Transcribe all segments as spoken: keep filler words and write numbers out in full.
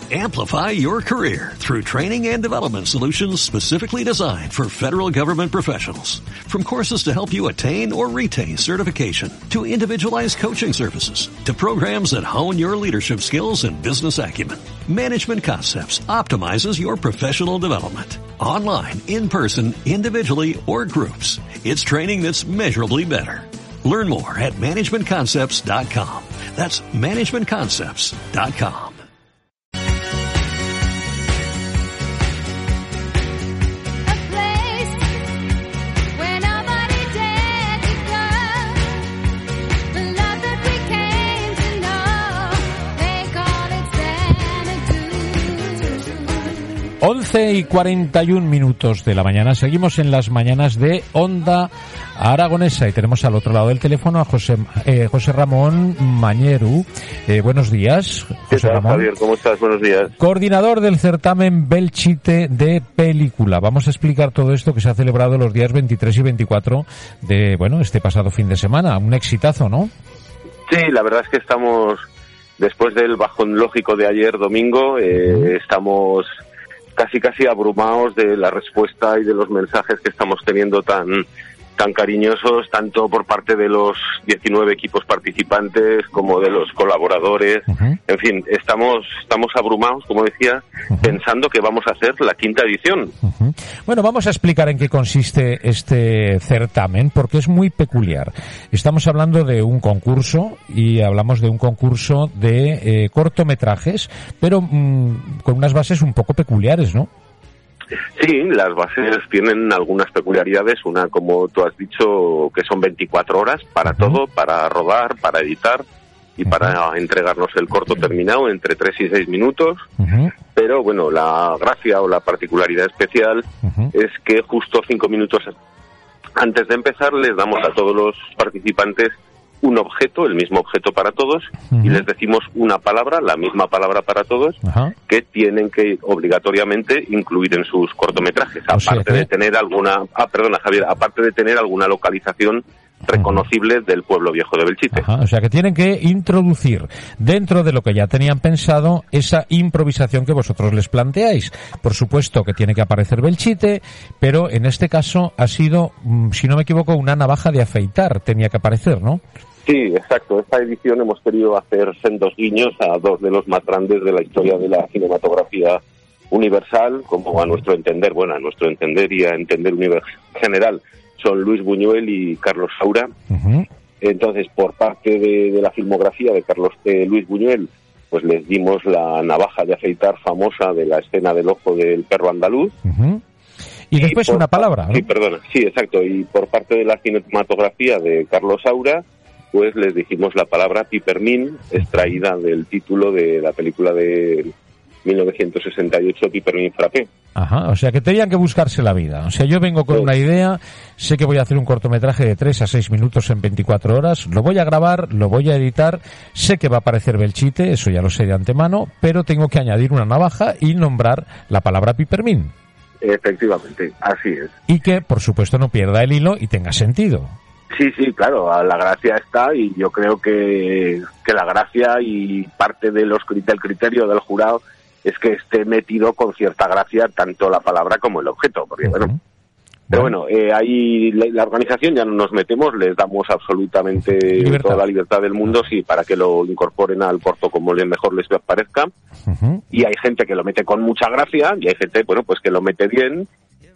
Amplify your career through training and development solutions specifically designed for federal government professionals. From courses to help you attain or retain certification, to individualized coaching services, to programs that hone your leadership skills and business acumen, Management Concepts optimizes your professional development. Online, in person, individually, or groups. It's training that's measurably better. Learn more at management concepts dot com. That's management concepts dot com. once y cuarenta y un minutos de la mañana. Seguimos en las mañanas de Onda Aragonesa y tenemos al otro lado del teléfono a José eh, José Ramón Mañeru. Eh, buenos días, José ¿Qué tal, Ramón? Javier? ¿Cómo estás? Buenos días. Coordinador del certamen Belchite de película. Vamos a explicar todo esto que se ha celebrado los días veintitrés y veinticuatro de, bueno, este pasado fin de semana. Un exitazo, ¿no? Sí, la verdad es que estamos, después del bajón lógico de ayer domingo, eh, uh-huh. estamos casi casi abrumados de la respuesta y de los mensajes que estamos teniendo tan tan cariñosos, tanto por parte de los diecinueve equipos participantes como de los colaboradores. Uh-huh. En fin, estamos estamos abrumados, como decía, uh-huh. pensando que vamos a hacer la quinta edición. Uh-huh. Bueno, vamos a explicar en qué consiste este certamen, porque es muy peculiar. Estamos hablando de un concurso y hablamos de un concurso de eh, cortometrajes, pero mmm, con unas bases un poco peculiares, ¿no? Sí, las bases tienen algunas peculiaridades. Una, como tú has dicho, que son veinticuatro horas para uh-huh. todo, para rodar, para editar y uh-huh. para entregarnos el corto terminado entre tres y seis minutos. Uh-huh. Pero bueno, la gracia o la particularidad especial uh-huh. es que justo cinco minutos antes de empezar les damos a todos los participantes un objeto, el mismo objeto para todos, uh-huh. y les decimos una palabra, la misma palabra para todos, uh-huh. que tienen que obligatoriamente incluir en sus cortometrajes, o aparte sea, de tener alguna, ah, perdona Javier, aparte de tener alguna localización reconocible uh-huh. del pueblo viejo de Belchite. Ajá, o sea que tienen que introducir dentro de lo que ya tenían pensado esa improvisación que vosotros les planteáis. Por supuesto que tiene que aparecer Belchite, pero en este caso ha sido, si no me equivoco, una navaja de afeitar, tenía que aparecer, ¿no? Sí, exacto. Esta edición hemos querido hacer sendos guiños a dos de los más grandes de la historia de la cinematografía universal, como a nuestro entender, bueno, a nuestro entender y a entender universal general, son Luis Buñuel y Carlos Saura. Uh-huh. Entonces, por parte de, de la filmografía de Carlos de Luis Buñuel, pues les dimos la navaja de afeitar famosa de la escena del ojo del perro andaluz. Uh-huh. Y después y una palabra, ¿no? Sí, perdona, sí, exacto. Y por parte de la cinematografía de Carlos Saura, pues les dijimos la palabra Pipermin, extraída del título de la película de mil novecientos sesenta y ocho, Pipermin Frappé. Ajá, o sea que tenían que buscarse la vida. O sea, yo vengo con sí. una idea, sé que voy a hacer un cortometraje de tres a seis minutos en veinticuatro horas, lo voy a grabar, lo voy a editar, sé que va a aparecer Belchite, eso ya lo sé de antemano, pero tengo que añadir una navaja y nombrar la palabra Pipermin. Efectivamente, así es. Y que, por supuesto, no pierda el hilo y tenga sentido. Sí, sí, claro, la gracia está y yo creo que, que la gracia y parte de los, del criterio del jurado es que esté metido con cierta gracia tanto la palabra como el objeto, porque uh-huh. bueno, pero bueno, eh, ahí la, la organización ya no nos metemos, les damos absolutamente libertad. Toda la libertad del mundo, sí, para que lo incorporen al corto como les, mejor les parezca, uh-huh. y hay gente que lo mete con mucha gracia y hay gente, bueno, pues que lo mete bien,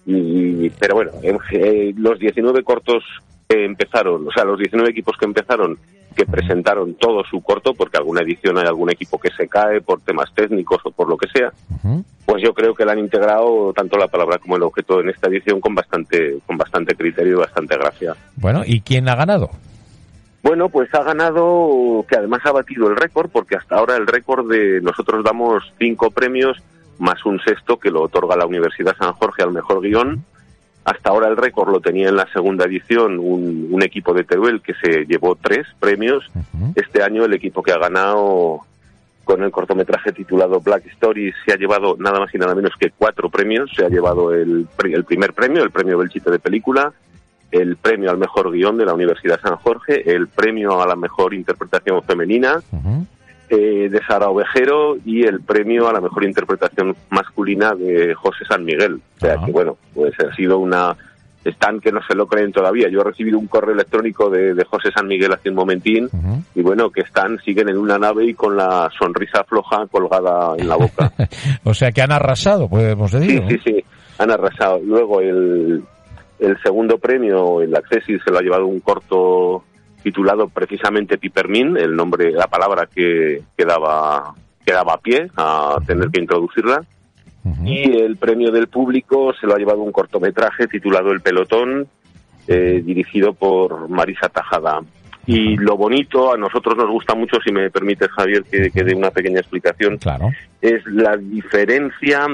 y, pero bueno, eh, los diecinueve cortos que empezaron, o sea, los diecinueve equipos que empezaron, que presentaron todo su corto, porque alguna edición hay algún equipo que se cae por temas técnicos o por lo que sea, uh-huh. pues yo creo que le han integrado tanto la palabra como el objeto en esta edición con bastante con bastante criterio y bastante gracia. Bueno, ¿y quién ha ganado? Bueno, pues ha ganado, que además ha batido el récord, porque hasta ahora el récord de nosotros damos cinco premios más un sexto que lo otorga la Universidad San Jorge al mejor guión. Hasta ahora el récord lo tenía en la segunda edición un, un equipo de Teruel que se llevó tres premios. Uh-huh. Este año el equipo que ha ganado con el cortometraje titulado Black Stories se ha llevado nada más y nada menos que cuatro premios. Se ha llevado el, el primer premio, el premio Belchite de película, el premio al mejor guión de la Universidad San Jorge, el premio a la mejor interpretación femenina, uh-huh. eh, de Sara Ovejero y el premio a la mejor interpretación masculina de José San Miguel. O sea uh-huh. que bueno, pues ha sido una... Están que no se lo creen todavía. Yo he recibido un correo electrónico de, de José San Miguel hace un momentín uh-huh. y bueno, que están, siguen en una nave y con la sonrisa floja colgada en la boca. O sea que han arrasado, podemos decir. Sí, sí, sí, han arrasado. Luego el, el segundo premio, el Accessis, se lo ha llevado un corto titulado precisamente Pipermin, el nombre, la palabra que, que daba, que daba pie a tener que introducirla. Uh-huh. Y el premio del público se lo ha llevado un cortometraje titulado El Pelotón, eh, dirigido por Marisa Tajada. Y lo bonito, a nosotros nos gusta mucho, si me permites, Javier, que, que dé una pequeña explicación, claro. es la diferencia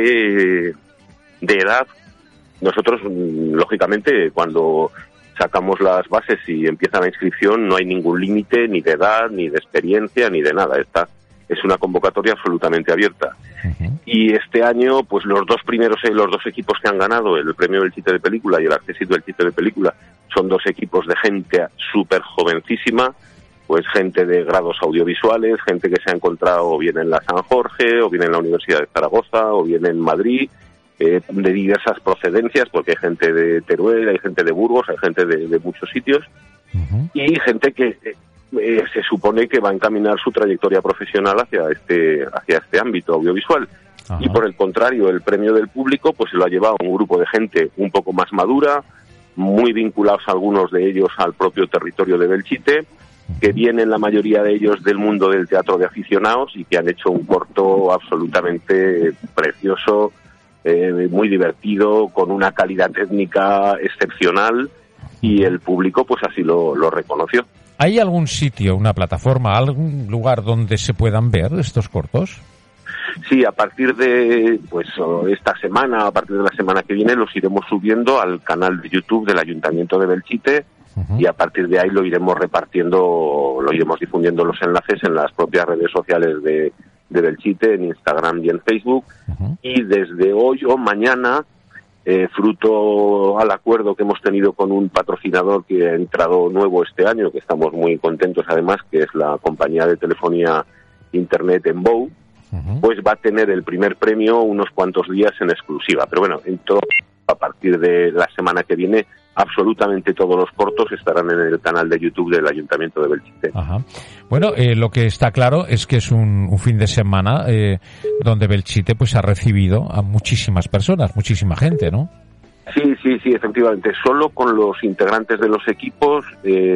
de, de edad. Nosotros, lógicamente, cuando sacamos las bases y empieza la inscripción, no hay ningún límite ni de edad, ni de experiencia, ni de nada. Esta es una convocatoria absolutamente abierta. Uh-huh. Y este año, pues los dos primeros, los dos equipos que han ganado el premio del Chite de Película y el Accessit del Chite de Película son dos equipos de gente súper jovencísima, pues gente de grados audiovisuales, gente que se ha encontrado o bien en la San Jorge, o bien en la Universidad de Zaragoza, o bien en Madrid, eh, de diversas procedencias, porque hay gente de Teruel, hay gente de Burgos, hay gente de, de muchos sitios, uh-huh. y gente que... Eh, Eh, se supone que va a encaminar su trayectoria profesional hacia este hacia este ámbito audiovisual. Ajá. Y por el contrario, el premio del público pues se lo ha llevado un grupo de gente un poco más madura, muy vinculados algunos de ellos al propio territorio de Belchite, que vienen la mayoría de ellos del mundo del teatro de aficionados y que han hecho un corto absolutamente precioso, eh, muy divertido, con una calidad técnica excepcional, y el público pues así lo, lo reconoció. ¿Hay algún sitio, una plataforma, algún lugar donde se puedan ver estos cortos? Sí, a partir de pues esta semana, a partir de la semana que viene, los iremos subiendo al canal de YouTube del Ayuntamiento de Belchite, uh-huh. y a partir de ahí lo iremos repartiendo, lo iremos difundiendo los enlaces en las propias redes sociales de, de Belchite, en Instagram y en Facebook, uh-huh. y desde hoy o mañana, Eh, fruto al acuerdo que hemos tenido con un patrocinador que ha entrado nuevo este año, que estamos muy contentos además, que es la compañía de telefonía internet Enbow, uh-huh. pues va a tener el primer premio unos cuantos días en exclusiva. Pero bueno, en todo, a partir de la semana que viene, absolutamente todos los cortos estarán en el canal de YouTube del Ayuntamiento de Belchite. Ajá. Bueno, eh, lo que está claro es que es un, un fin de semana eh, donde Belchite pues ha recibido a muchísimas personas, muchísima gente, ¿no? Sí, sí, sí, efectivamente. Solo con los integrantes de los equipos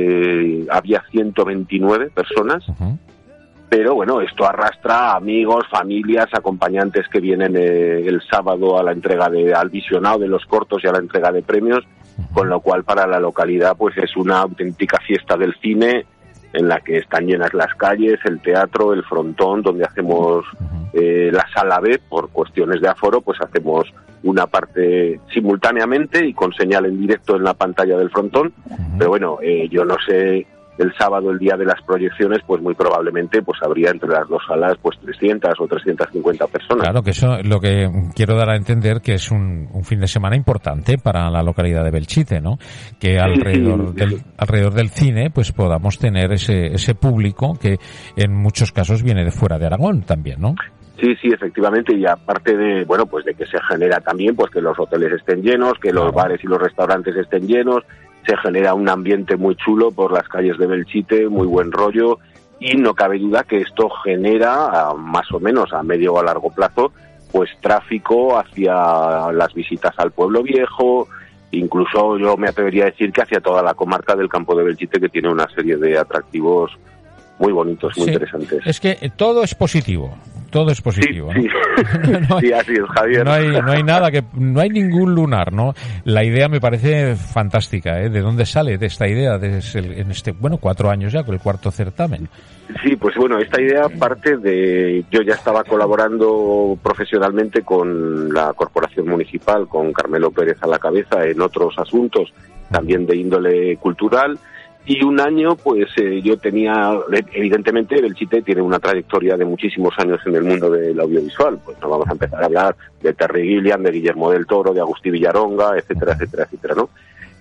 eh, había ciento veintinueve personas. Uh-huh. Pero bueno, esto arrastra a amigos, familias, acompañantes que vienen eh, el sábado a la entrega de al visionado de los cortos y a la entrega de premios, uh-huh. con lo cual para la localidad pues es una auténtica fiesta del cine en la que están llenas las calles, el teatro, el frontón, donde hacemos uh-huh. eh, la sala B, por cuestiones de aforo, pues hacemos una parte simultáneamente y con señal en directo en la pantalla del frontón, uh-huh. pero bueno, eh, yo no sé... El sábado, el día de las proyecciones, pues muy probablemente pues habría entre las dos salas pues trescientas o trescientas cincuenta personas. Claro, que eso lo que quiero dar a entender que es un, un fin de semana importante para la localidad de Belchite, ¿no? Que sí, alrededor sí, del sí. alrededor del cine pues podamos tener ese ese público que en muchos casos viene de fuera de Aragón también, ¿no? Sí, sí, efectivamente, y aparte de, bueno, pues de que se genera también pues que los hoteles estén llenos, que los claro. bares y los restaurantes estén llenos, se genera un ambiente muy chulo por las calles de Belchite, muy buen rollo, y no cabe duda que esto genera, más o menos a medio o a largo plazo, pues tráfico hacia las visitas al pueblo viejo, incluso yo me atrevería a decir que hacia toda la comarca del campo de Belchite, que tiene una serie de atractivos muy bonitos, muy sí, interesantes. Es que todo es positivo, todo es positivo. Sí, ¿no? sí. no hay, sí, así es, Javier. No hay, no hay nada que, no hay ningún lunar, ¿no? La idea me parece fantástica, ¿eh? ¿De dónde sale de esta idea desde el, en este, bueno, cuatro años ya con el cuarto certamen? Sí, pues bueno, esta idea parte de, yo ya estaba colaborando profesionalmente con la Corporación Municipal, con Carmelo Pérez a la cabeza en otros asuntos, también de índole cultural. Y un año, pues eh, yo tenía, evidentemente, Belchite tiene una trayectoria de muchísimos años en el mundo del audiovisual. Pues no vamos a empezar a hablar de Terry Gilliam, de Guillermo del Toro, de Agustí Villaronga, etcétera, etcétera, etcétera, ¿no?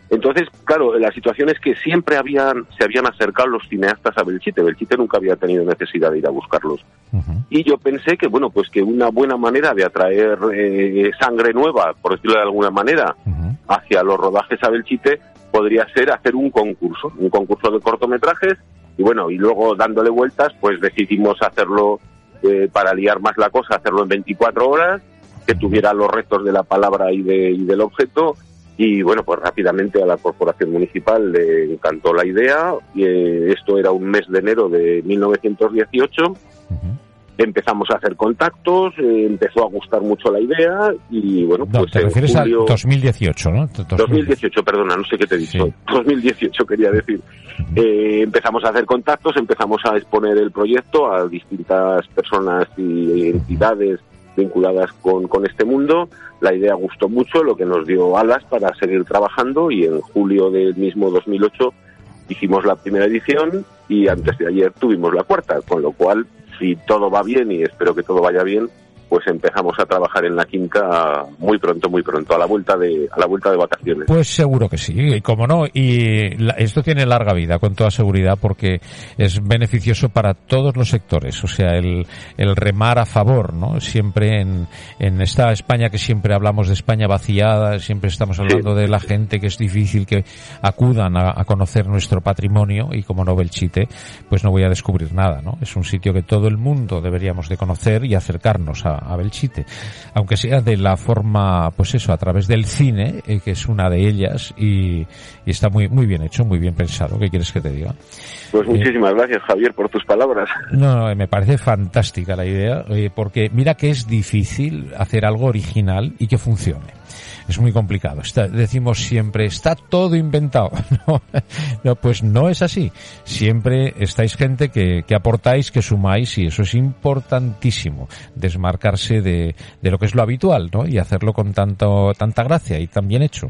Entonces, claro, la situación es que siempre habían se habían acercado los cineastas a Belchite. Belchite nunca había tenido necesidad de ir a buscarlos. Uh-huh. Y yo pensé que, bueno, pues que una buena manera de atraer eh, sangre nueva, por decirlo de alguna manera, uh-huh. hacia los rodajes a Belchite, podría ser hacer un concurso, un concurso de cortometrajes. Y bueno, y luego dándole vueltas, pues decidimos hacerlo, eh, para liar más la cosa, hacerlo en veinticuatro horas, que tuviera los retos de la palabra y, de, y del objeto. Y bueno, pues rápidamente a la Corporación Municipal le encantó la idea. Y, eh, esto era un mes de enero de mil novecientos dieciocho. Uh-huh. Empezamos a hacer contactos, eh, empezó a gustar mucho la idea y bueno, no, pues te refieres en julio... a dos mil dieciocho, ¿no? dos mil dieciocho, perdona, no sé qué te he dicho. Sí. dos mil dieciocho quería decir. Uh-huh. Eh, empezamos a hacer contactos, empezamos a exponer el proyecto a distintas personas y entidades vinculadas con, con este mundo. La idea gustó mucho, lo que nos dio alas para seguir trabajando, y en julio del mismo dos mil ocho hicimos la primera edición y antes de ayer tuvimos la cuarta, con lo cual, si todo va bien, y espero que todo vaya bien, pues empezamos a trabajar en la quinta muy pronto, muy pronto, a la vuelta de a la vuelta de vacaciones. Pues seguro que sí, y como no, y la, esto tiene larga vida, con toda seguridad, porque es beneficioso para todos los sectores, o sea, el, el remar a favor, ¿no? Siempre en, en esta España que siempre hablamos de España vaciada, siempre estamos hablando sí. de la gente que es difícil que acudan a, a conocer nuestro patrimonio, y como no Belchite, pues no voy a descubrir nada, ¿no? Es un sitio que todo el mundo deberíamos de conocer y acercarnos a a Belchite, aunque sea de la forma, pues eso, a través del cine, eh, que es una de ellas, y, y está muy muy bien hecho, muy bien pensado. ¿Qué quieres que te diga? Pues muchísimas eh, gracias, Javier, por tus palabras. No, no, me parece fantástica la idea, eh, porque mira que es difícil hacer algo original y que funcione. Es muy complicado. Está, decimos siempre, está todo inventado. No, no, pues no es así. Siempre estáis gente que, que aportáis, que sumáis, y eso es importantísimo. Desmarcarse de, de lo que es lo habitual, ¿no? Y hacerlo con tanto, tanta gracia y tan bien hecho.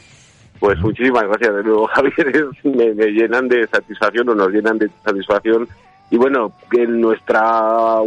Pues muchísimas gracias de nuevo, Javier. Me, me llenan de satisfacción, o nos llenan de satisfacción. Y bueno, que en nuestra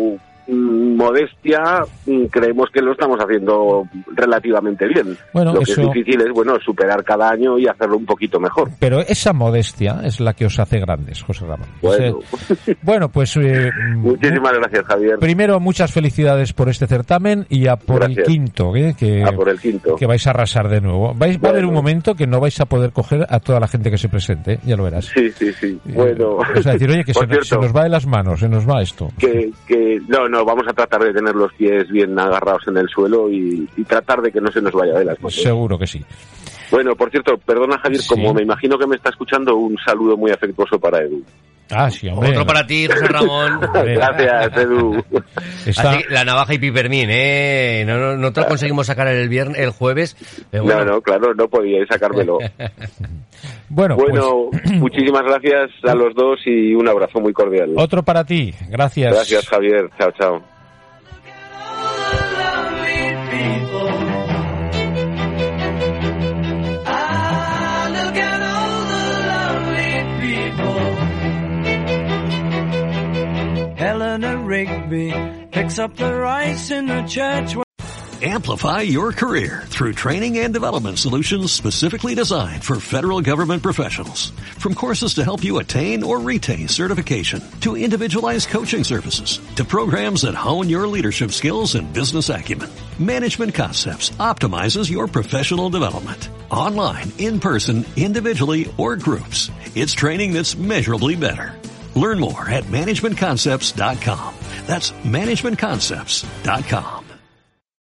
modestia creemos que lo estamos haciendo relativamente bien. Bueno, lo que eso... es difícil es, bueno, superar cada año y hacerlo un poquito mejor. Pero esa modestia es la que os hace grandes, José Ramón. Bueno, o sea, bueno pues... Eh, muchísimas gracias, Javier. Primero, muchas felicidades por este certamen, y a por gracias. el quinto, ¿eh? que, a por el quinto. Que vais a arrasar de nuevo. Vais, bueno. Va a haber un momento que no vais a poder coger a toda la gente que se presente, ya lo verás. Sí, sí, sí. Bueno. O sea, decir, oye, que se, cierto, se nos va de las manos, se nos va esto. Que, que no, no, vamos a tratar de tener los pies bien agarrados en el suelo y, y tratar de que no se nos vaya de las manos. Seguro que sí. Bueno, por cierto, perdona, Javier, sí. como me imagino que me está escuchando, un saludo muy afectuoso para Edu. Ah, sí, hombre. Otro para ti, José Ramón. Gracias, Edu. Está... Así, la navaja y pipermín, ¿eh? No, no, no te lo conseguimos sacar el viernes, el jueves. Pero bueno. No, no, claro, no podíais sacármelo. Bueno, bueno pues... muchísimas gracias a los dos y un abrazo muy cordial. Otro para ti, gracias. Gracias, Javier. Chao, chao. Eleanor Rigby picks up the rice in the church. Amplify your career through training and development solutions specifically designed for federal government professionals. From courses to help you attain or retain certification, to individualized coaching services, to programs that hone your leadership skills and business acumen, Management Concepts optimizes your professional development. Online, in person, individually, or groups, it's training that's measurably better. Learn more at management concepts dot com. That's management concepts dot com.